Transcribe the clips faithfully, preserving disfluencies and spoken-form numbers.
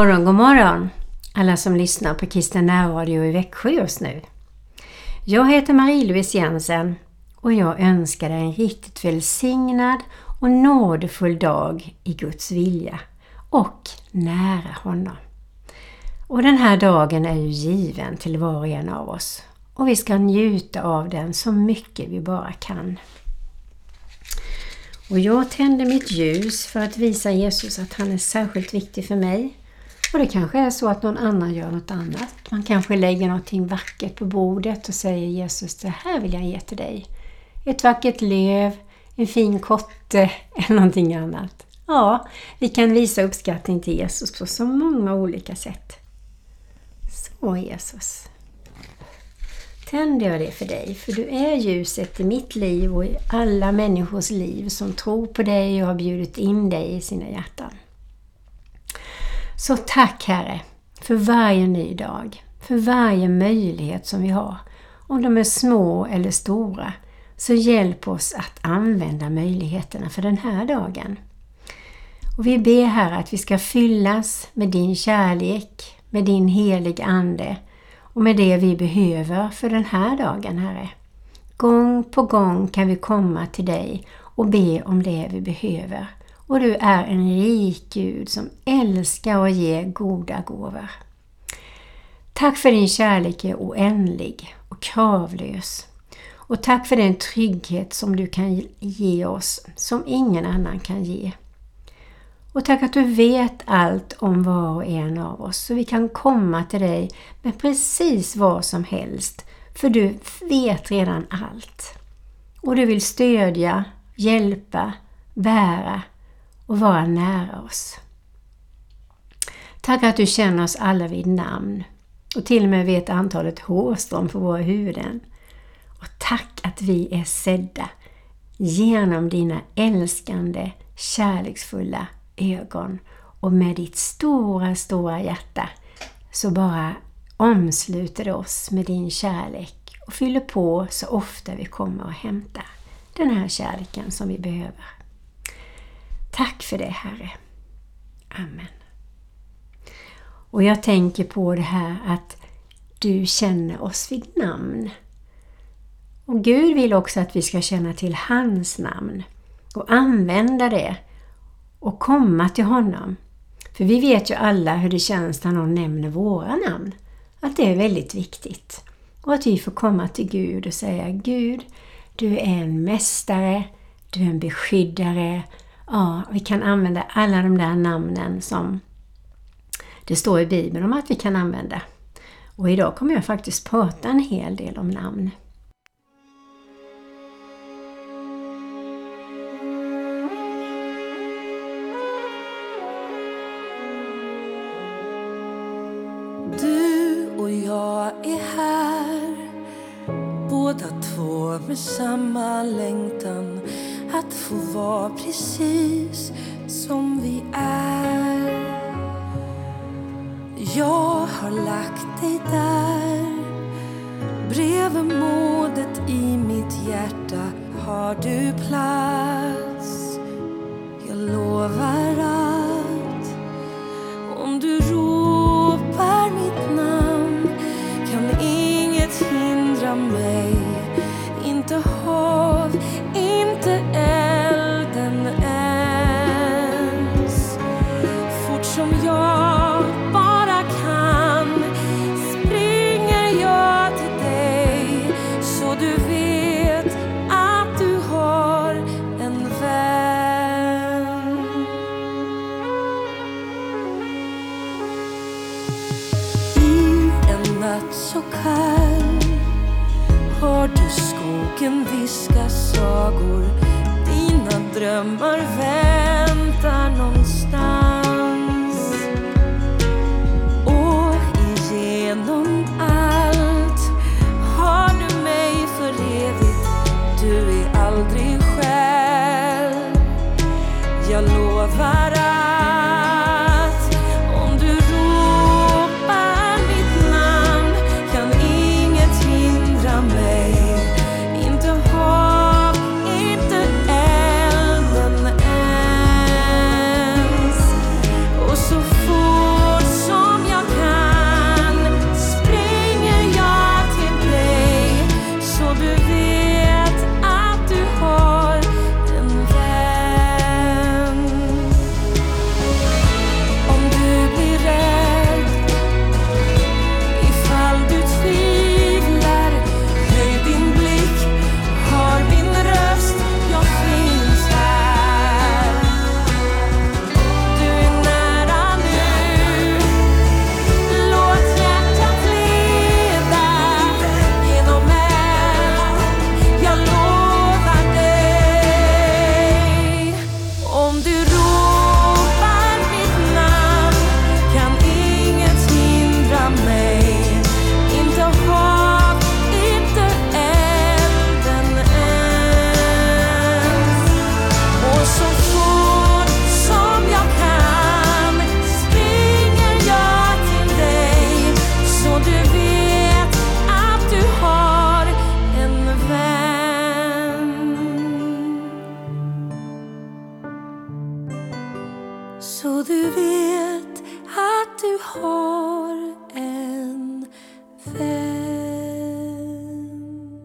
morgon, god morgon alla som lyssnar på Kristen närradio i Växjö just nu. Jag heter Marie-Louise Jensen och jag önskar dig en riktigt välsignad och nådefull dag i Guds vilja och nära honom. Och den här dagen är ju given till var och en av oss och vi ska njuta av den så mycket vi bara kan. Och jag tänder mitt ljus för att visa Jesus att han är särskilt viktig för mig. Och det kanske är så att någon annan gör något annat. Man kanske lägger någonting vackert på bordet och säger Jesus, det här vill jag ge till dig. Ett vackert löv, en fin kotte eller någonting annat. Ja, vi kan visa uppskattning till Jesus på så många olika sätt. Så Jesus, tänder jag det för dig, för du är ljuset i mitt liv och i alla människors liv som tror på dig och har bjudit in dig i sina hjärtan. Så tack Herre för varje ny dag, för varje möjlighet som vi har. Om de är små eller stora, så hjälp oss att använda möjligheterna för den här dagen. Och vi ber Herre att vi ska fyllas med din kärlek, med din heliga ande och med det vi behöver för den här dagen Herre. Gång på gång kan vi komma till dig och be om det vi behöver. Och du är en rik Gud som älskar att ge goda gåvor. Tack för din kärlek är oändlig och kravlös. Och tack för den trygghet som du kan ge oss som ingen annan kan ge. Och tack att du vet allt om var och en av oss så vi kan komma till dig med precis vad som helst. För du vet redan allt. Och du vill stödja, hjälpa, bära och vara nära oss. Tack att du känner oss alla vid namn och till och med vet antalet hårstrån på våra huvuden. Och tack att vi är sedda genom dina älskande, kärleksfulla ögon och med ditt stora, stora hjärta så bara omsluter det oss med din kärlek och fyller på så ofta vi kommer och hämtar den här kärleken som vi behöver. Tack för det Herre. Amen. Och jag tänker på det här att du känner oss vid namn. Och Gud vill också att vi ska känna till hans namn och använda det och komma till honom. För vi vet ju alla hur det känns när någon nämner våra namn. Att det är väldigt viktigt. Och att vi får komma till Gud och säga Gud, du är en mästare, du är en beskyddare. Ja, vi kan använda alla de där namnen som det står i Bibeln om att vi kan använda. Och idag kommer jag faktiskt prata en hel del om namn. Du och jag är här, båda två med samma längtan. Att få vara precis som vi är. Jag har lagt dig där. Bredvid modet i mitt hjärta har du plats. Jag lovar att om du ropar mitt namn kan inget hindra mig. Inte hav, inte elden ens. Fort som jag bara kan springer jag till dig. Så du vet att du har en vän. I en natt så kall hör du skogen viska sagor. Dina drömmar väntar någonstans. Och igenom allt har du mig för evigt. Du är aldrig själv. Jag lovar att om du ropar mitt namn kan inget hindra mig. Inte hav, inte elden ens. Och så fort så du vet att du har en vän.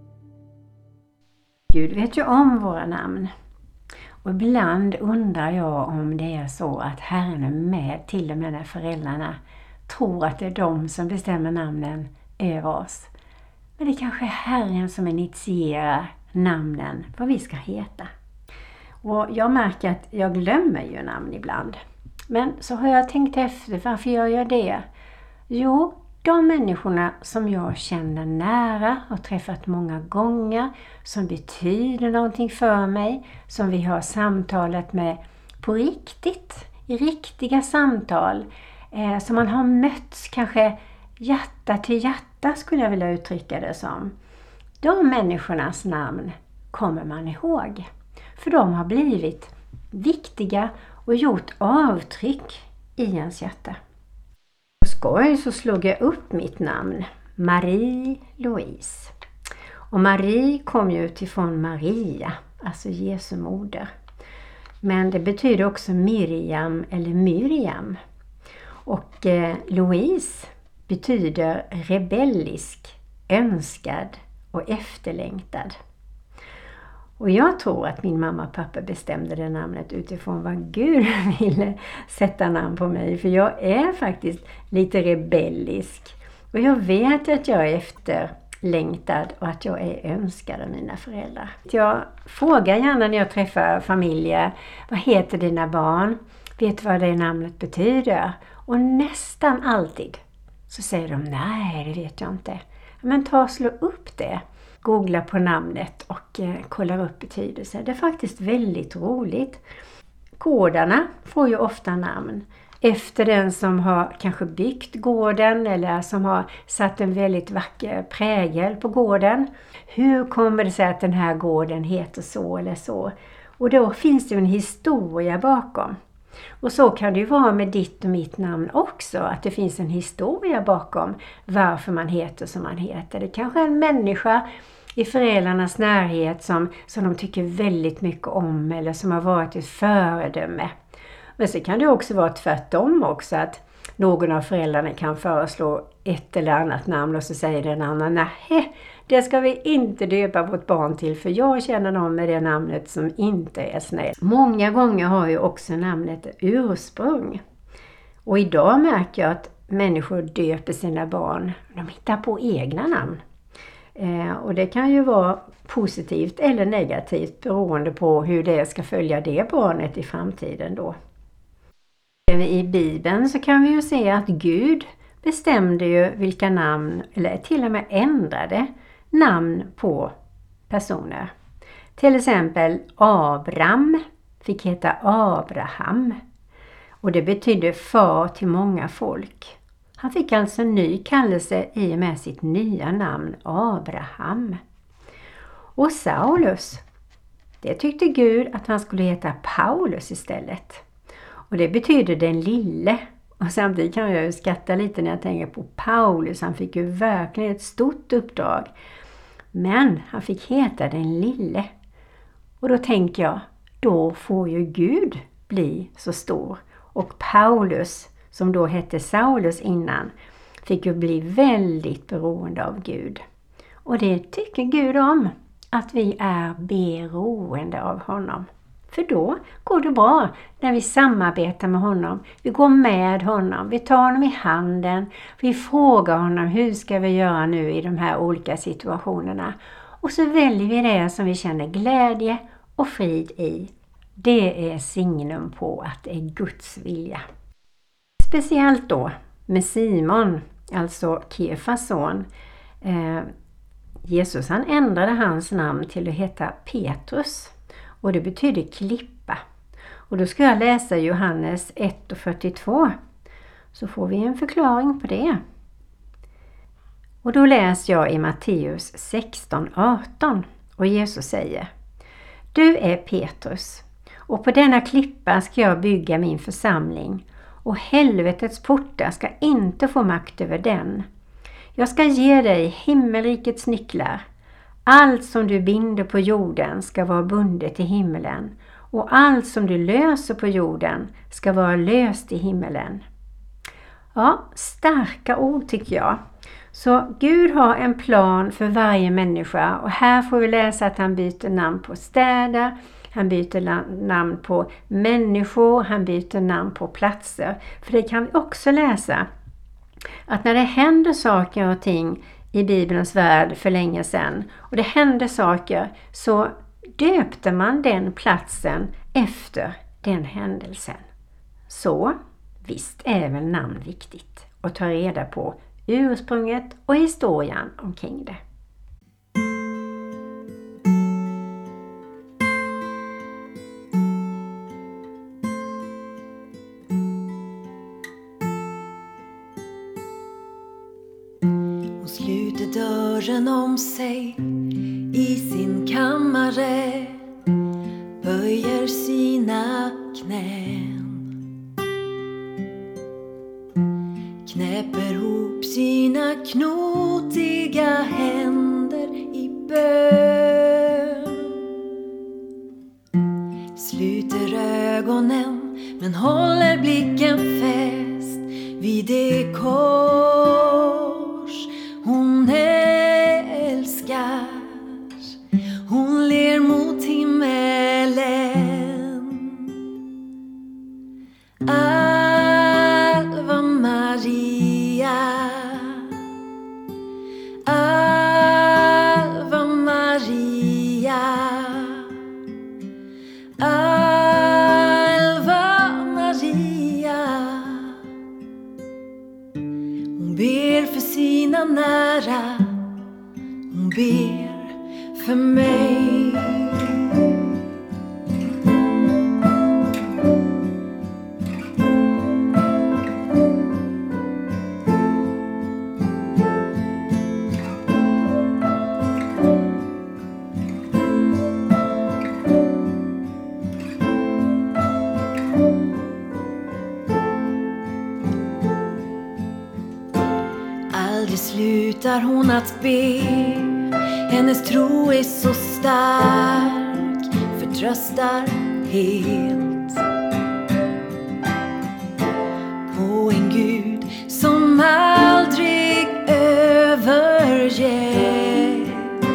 Gud vet ju om våra namn. Och ibland undrar jag om det är så att Herren är med till och med när föräldrarna tror att det är de som bestämmer namnen över oss. Men det kanske är Herren som initierar namnen, vad vi ska heta. Och jag märker att jag glömmer ju namn ibland. Men så har jag tänkt efter, varför gör jag det? Jo, de människorna som jag känner nära och träffat många gånger, som betyder någonting för mig, som vi har samtalat med på riktigt, i riktiga samtal, eh, som man har mötts kanske hjärta till hjärta skulle jag vilja uttrycka det som. De människornas namn kommer man ihåg, för de har blivit viktiga och gjort avtryck i ens hjärta. På skoj så slog jag upp mitt namn, Marie-Louise. Och Marie kom ju utifrån Maria, alltså Jesu moder. Men det betyder också Miriam eller Miriam. Och eh, Louise betyder rebellisk, önskad och efterlängtad. Och jag tror att min mamma och pappa bestämde det namnet utifrån vad Gud ville sätta namn på mig. För jag är faktiskt lite rebellisk. Och jag vet att jag är efterlängtad och att jag är önskad av mina föräldrar. Jag frågar gärna när jag träffar familjer, vad heter dina barn? Vet du vad det namnet betyder? Och nästan alltid så säger de, nej det vet jag inte. Men ta och slå upp det. Googla på namnet och eh, kollar upp betydelse. Det är faktiskt väldigt roligt. Gårdarna får ju ofta namn efter den som har kanske byggt gården eller som har satt en väldigt vacker prägel på gården. Hur kommer det sig att den här gården heter så eller så? Och då finns det ju en historia bakom. Och så kan det ju vara med ditt och mitt namn också, att det finns en historia bakom varför man heter som man heter. Det kanske är en människa i föräldrarnas närhet som, som de tycker väldigt mycket om eller som har varit ett föredöme. Men så kan det också vara tvärtom också, att någon av föräldrarna kan föreslå ett eller annat namn och så säger den annan, nej, det ska vi inte döpa vårt barn till för jag känner någon med det namnet som inte är snäll. Många gånger har ju också namnet ursprung. Och idag märker jag att människor döper sina barn, de hittar på egna namn. Eh, och det kan ju vara positivt eller negativt beroende på hur det ska följa det barnet i framtiden då. I Bibeln så kan vi ju se att Gud bestämde ju vilka namn, eller till och med ändrade namn på personer. Till exempel Abraham fick heta Abraham. Och det betydde far till många folk. Han fick alltså en ny kallelse i och med sitt nya namn Abraham. Och Saulus, det tyckte Gud att han skulle heta Paulus istället. Och det betyder den lille. Och samtidigt kan jag ju skratta lite när jag tänker på Paulus. Han fick ju verkligen ett stort uppdrag. Men han fick heta den lille. Och då tänker jag, då får ju Gud bli så stor. Och Paulus, som då hette Saulus innan, fick ju bli väldigt beroende av Gud. Och det tycker Gud om, att vi är beroende av honom. För då går det bra när vi samarbetar med honom. Vi går med honom, vi tar honom i handen. Vi frågar honom, hur ska vi göra nu i de här olika situationerna? Och så väljer vi det som vi känner glädje och frid i. Det är signum på att det är Guds vilja. Speciellt då med Simon, alltså Kefas son. Eh, Jesus han ändrade hans namn till att heta Petrus. Och det betyder klippa. Och då ska jag läsa Johannes ett fyrtiotvå. Så får vi en förklaring på det. Och då läser jag i Matteus sexton arton. Och Jesus säger: Du är Petrus. Och på denna klippa ska jag bygga min församling. Och helvetets portar ska inte få makt över den. Jag ska ge dig himmelrikets nycklar. Allt som du binder på jorden ska vara bundet i himmelen. Och allt som du löser på jorden ska vara löst i himmelen. Ja, starka ord tycker jag. Så Gud har en plan för varje människa och här får vi läsa att han byter namn på städer, han byter namn på människor, han byter namn på platser. För det kan vi också läsa att när det händer saker och ting i Bibelns värld för länge sedan och det hände saker så döpte man den platsen efter den händelsen. Så visst är väl namn viktigt att ta reda på ursprunget och historien omkring det. Hon sluter dörren om sig i sin kammare, böjer sina knän, knäpper ihop sina knotiga händer i bön, sluter ögonen men håller blicken fäst vid det kors hon älskar. Hon ler mot himmelen. Ave Maria, Ave Maria, Ave Maria. Hon ber för sina nära, hon ber för mig. Aldrig slutar hon att be, hennes tro är så stark, förtröstar helt på en Gud som aldrig överger.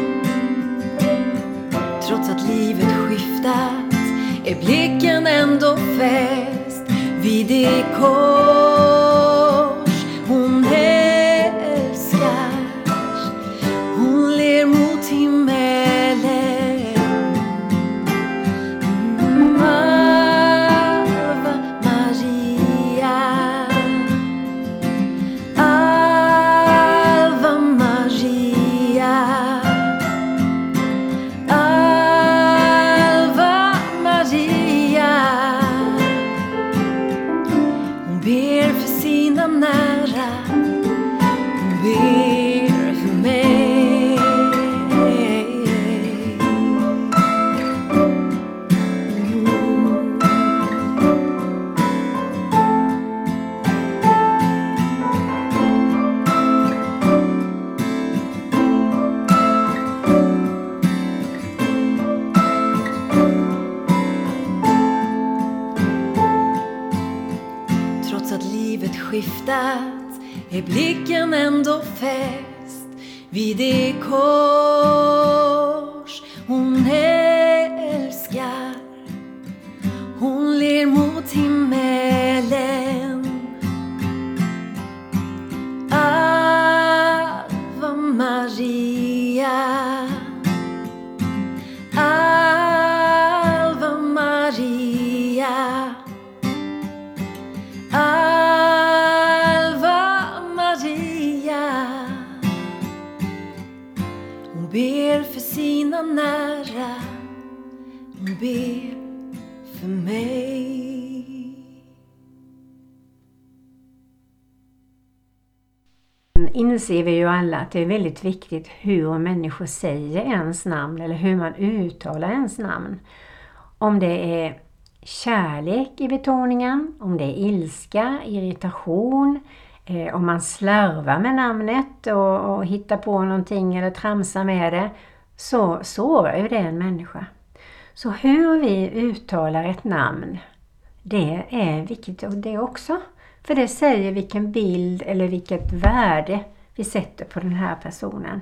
Trots att livet skiftat är blicken ändå fäst vid det kors hon älskar. Hon ler mot himmelen. Mm, Ave Maria, Ave Maria, Ave Maria. Hon ber för sina nära, hon ber för mig. Trots att livet skiftat är blicken ändå fäst vid det kors hon älskar. Hon ler mot himmelen. Ave Maria, Ave Maria, Ave Maria. Hon ber för sina nära, hon ber för mig. Inser vi ju alla att det är väldigt viktigt hur människor säger ens namn eller hur man uttalar ens namn. Om det är kärlek i betoningen, om det är ilska, irritation, eh, om man slarvar med namnet och, och hittar på någonting eller tramsar med det, så sårar ju det en människa. Så hur vi uttalar ett namn, det är viktigt och det också. För det säger vilken bild eller vilket värde vi sätter på den här personen.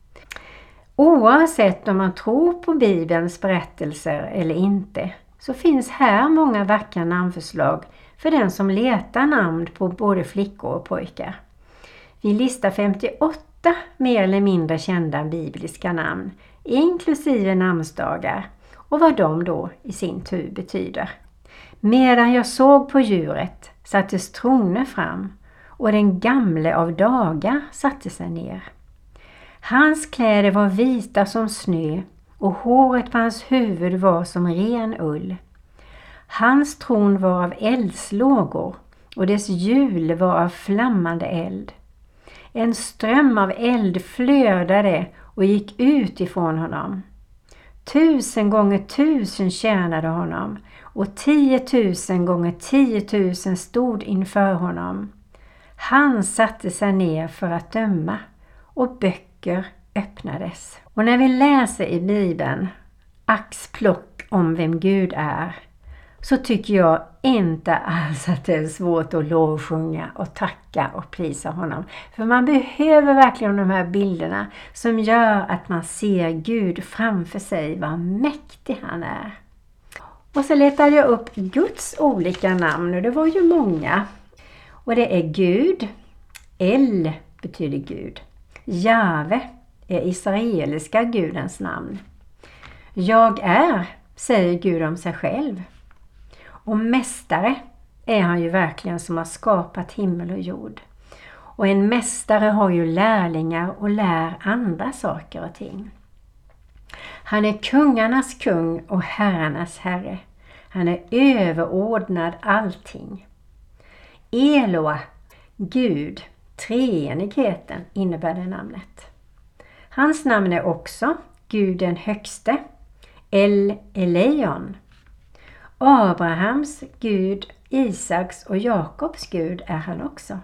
Oavsett om man tror på Bibelns berättelser eller inte, så finns här många vackra namnförslag för den som letar namn på både flickor och pojkar. Vi listar femtioåtta mer eller mindre kända bibliska namn, inklusive namnsdagar och vad de då i sin tur betyder. Medan jag såg på djuret sattes troner fram och den gamle av dagar satte sig ner. Hans kläder var vita som snö och håret på hans huvud var som ren ull. Hans tron var av eldslågor och dess hjul var av flammande eld. En ström av eld flödade och gick ut ifrån honom. Tusen gånger tusen tjänade honom och tiotusen gånger tiotusen stod inför honom. Han satte sig ner för att döma och böcker öppnades. Och när vi läser i Bibeln axplock om vem Gud är, så tycker jag inte alls att det är svårt att lovsjunga och tacka och prisa honom. För man behöver verkligen de här bilderna som gör att man ser Gud framför sig, vad mäktig han är. Och så letade jag upp Guds olika namn och det var ju många. Och det är Gud, El betyder Gud. Jave är israeliska Gudens namn. Jag är, säger Gud om sig själv. Och mästare är han ju verkligen som har skapat himmel och jord. Och en mästare har ju lärlingar och lär andra saker och ting. Han är kungarnas kung och herrarnas herre. Han är överordnad allting. Eloa, Gud, treenigheten innebär det namnet. Hans namn är också Gud den högste, El Elyon. Abrahams Gud, Isaks och Jakobs Gud är han också.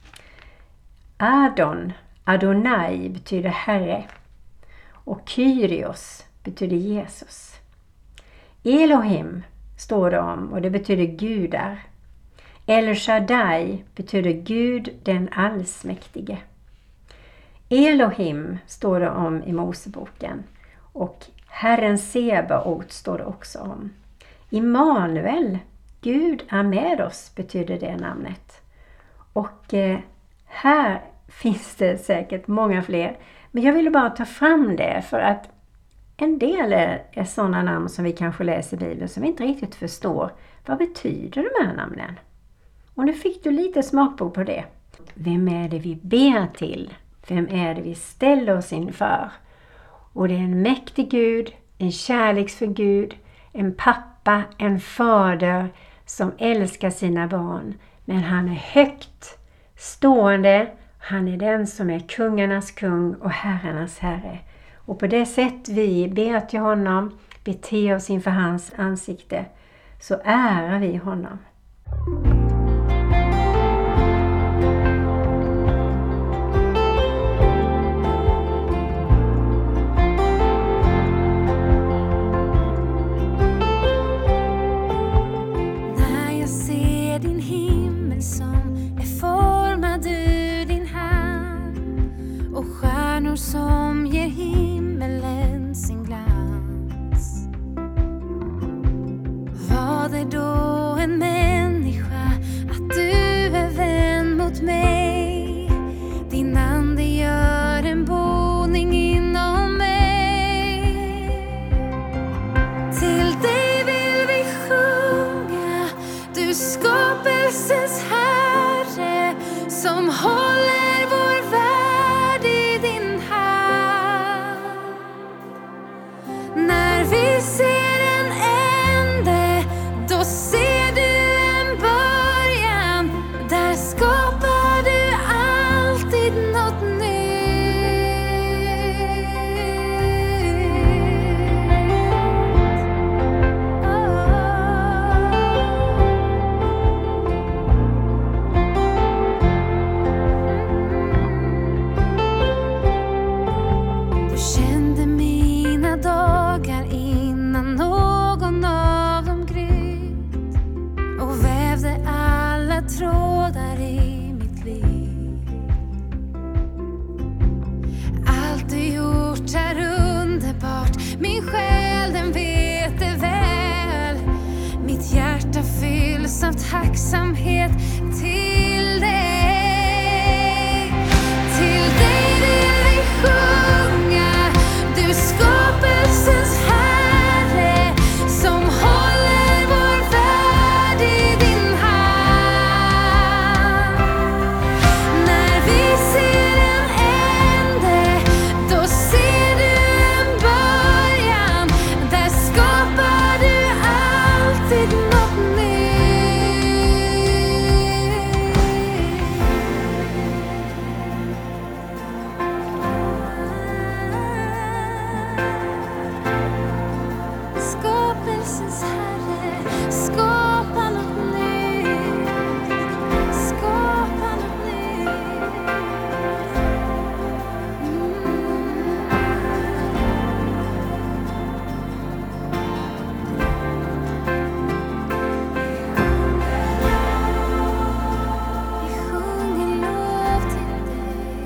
Adon, Adonai betyder Herre och Kyrios betyder Jesus. Elohim står det om och det betyder gudar. El Shaddai betyder Gud den allsmäktige. Elohim står det om i Moseboken och Herren Sebaot står det också om. Immanuel, Gud är med oss betyder det namnet. Och eh, här finns det säkert många fler. Men jag ville bara ta fram det för att en del är, är sådana namn som vi kanske läser i Bibeln som vi inte riktigt förstår. Vad betyder de här namnen? Och nu fick du lite smakprov på det. Vem är det vi ber till? Vem är det vi ställer oss inför? Och det är en mäktig Gud, en kärleksfull Gud, en pappa, en fader som älskar sina barn. Men han är högt stående. Han är den som är kungarnas kung och herrarnas herre. Och på det sätt vi ber till honom, beter oss inför hans ansikte, så ärar vi honom. Som ger himmelen sin glans. Vad är då en människa att du är vän mot mig? Din ande gör en boning inom mig. Till dig vill vi sjunga, du skapelsens Herre som håller vår värld. När vi ser en ände, då ser du en början. Där skapar du fylls av tacksamhet till dig. Till dig vill vi sjunga, du skapelsens Herre, som håller vår värld i din hand. När vi ser en ände, då ser du en början. Där skapar du alltid något nytt. Skapelsens Herre, skapa något nytt. Skapa något nytt. Vi sjunger lov till dig.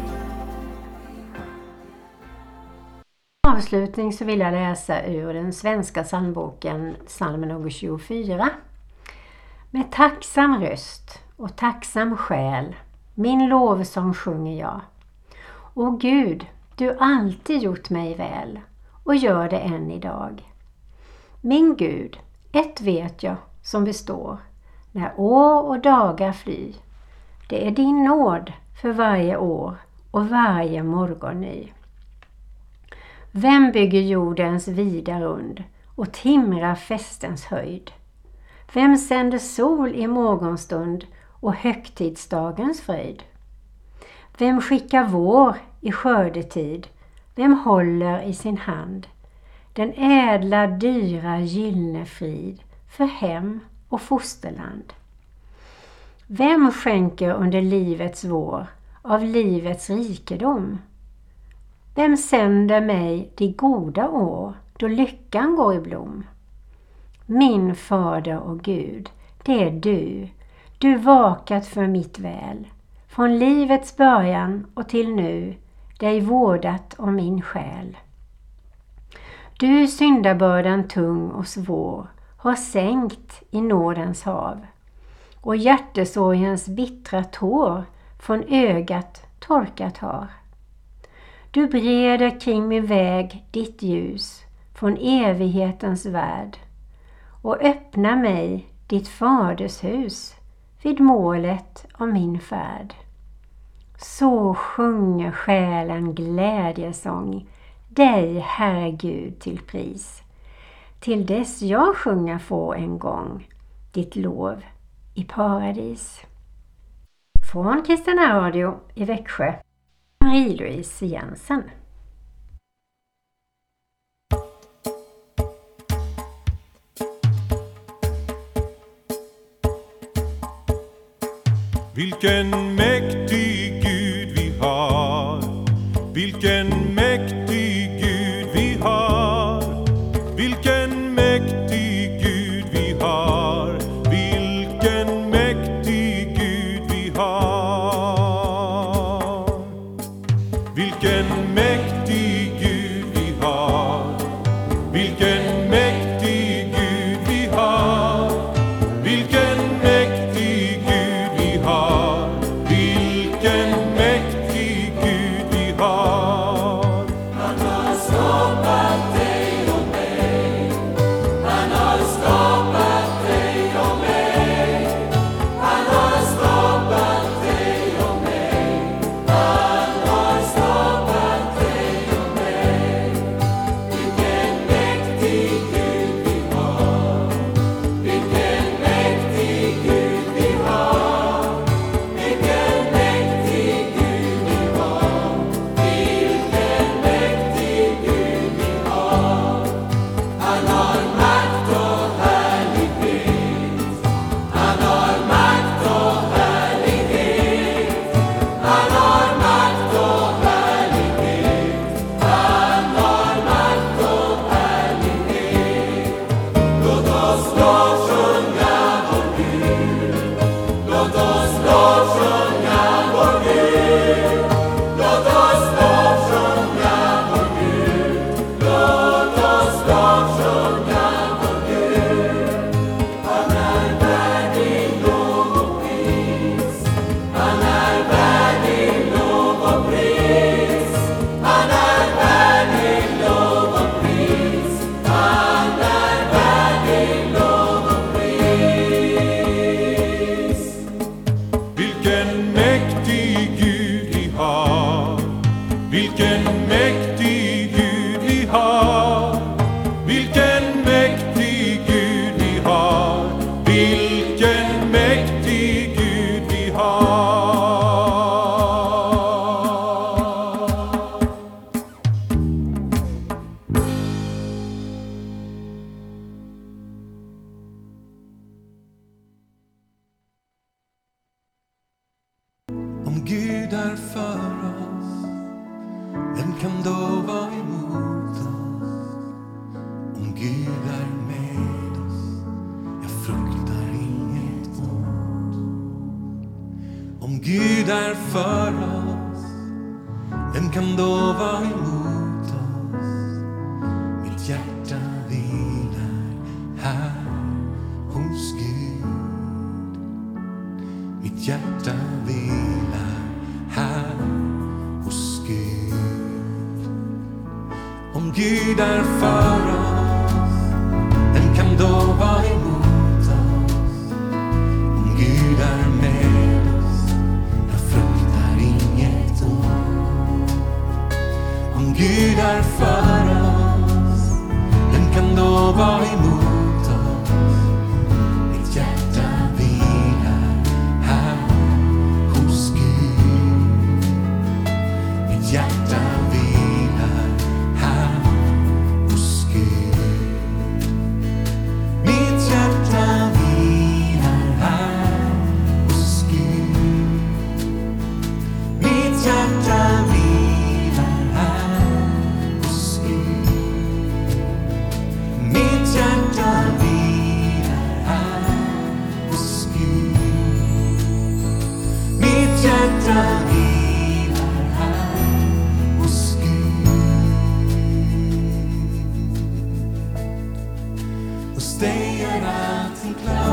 Avslutning så vill jag läsa ur den svenska psalmboken, psalm nummer tjugofyra. Med tacksam röst och tacksam själ, min lovsång sjunger jag. O Gud, du alltid gjort mig väl och gör det än idag. Min Gud, ett vet jag som består, när år och dagar fly. Det är din nåd för varje år och varje morgon ny. Vem bygger jordens vida rund och timrar fästens höjd? Vem sänder sol i morgonstund och högtidsdagens fröjd? Vem skickar vår i skördetid? Vem håller i sin hand den ädla, dyra, gyllene frid för hem och fosterland? Vem skänker under livets vår av livets rikedom? Vem sänder mig de goda år då lyckan går i blom? Min fader och Gud, det är du. Du vakat för mitt väl. Från livets början och till nu, dig vårdat om min själ. Du syndabördan tung och svår har sänkt i nådens hav, och hjärtesorgens bittra tår från ögat torkat har. Du breder kring min väg ditt ljus från evighetens värld och öppnar mig ditt faders hus vid målet av min färd. Så sjunger själen glädjesång dig, Herre Gud, till pris, till dess jag sjunga får en gång ditt lov i paradis. Från Kristina Radio i Växjö, Marie-Louise Jensen. Vilken mäktig Gud vi har, vilken mäktig Gud vi har, vilken mäktig Gud vi har, vilken mäktig Gud vi har. Vilken mäktig Gud vi har, vilken mäktig Gud vi har, vilken mäktig Gud vi har, vilken mäktig Gud vi har. Gud är för oss, vem kan då vara emot oss? Om Gud är med oss, jag fruktar inget ont. Om Gud är för oss, vem kan då vara emot oss? Mitt hjärta vilar här hos Gud. Mitt hjärta vilar här hos Gud. Om Gud är för oss, vem kan då vara emot oss? Om Gud är med oss, jag fruktar inget ont. Om Gud är för oss, vem kan då vara emot oss? Mitt hjärta vilar här hos Gud. Mitt hjärta vilar här hos Gud. Mitt hjärta vilar här hos Gud. Mitt hjärta vilar här hos Gud. Mitt hjärta vilar här hos Gud. Mitt hjärta vilar här hos Gud. Hos dig är allting klart.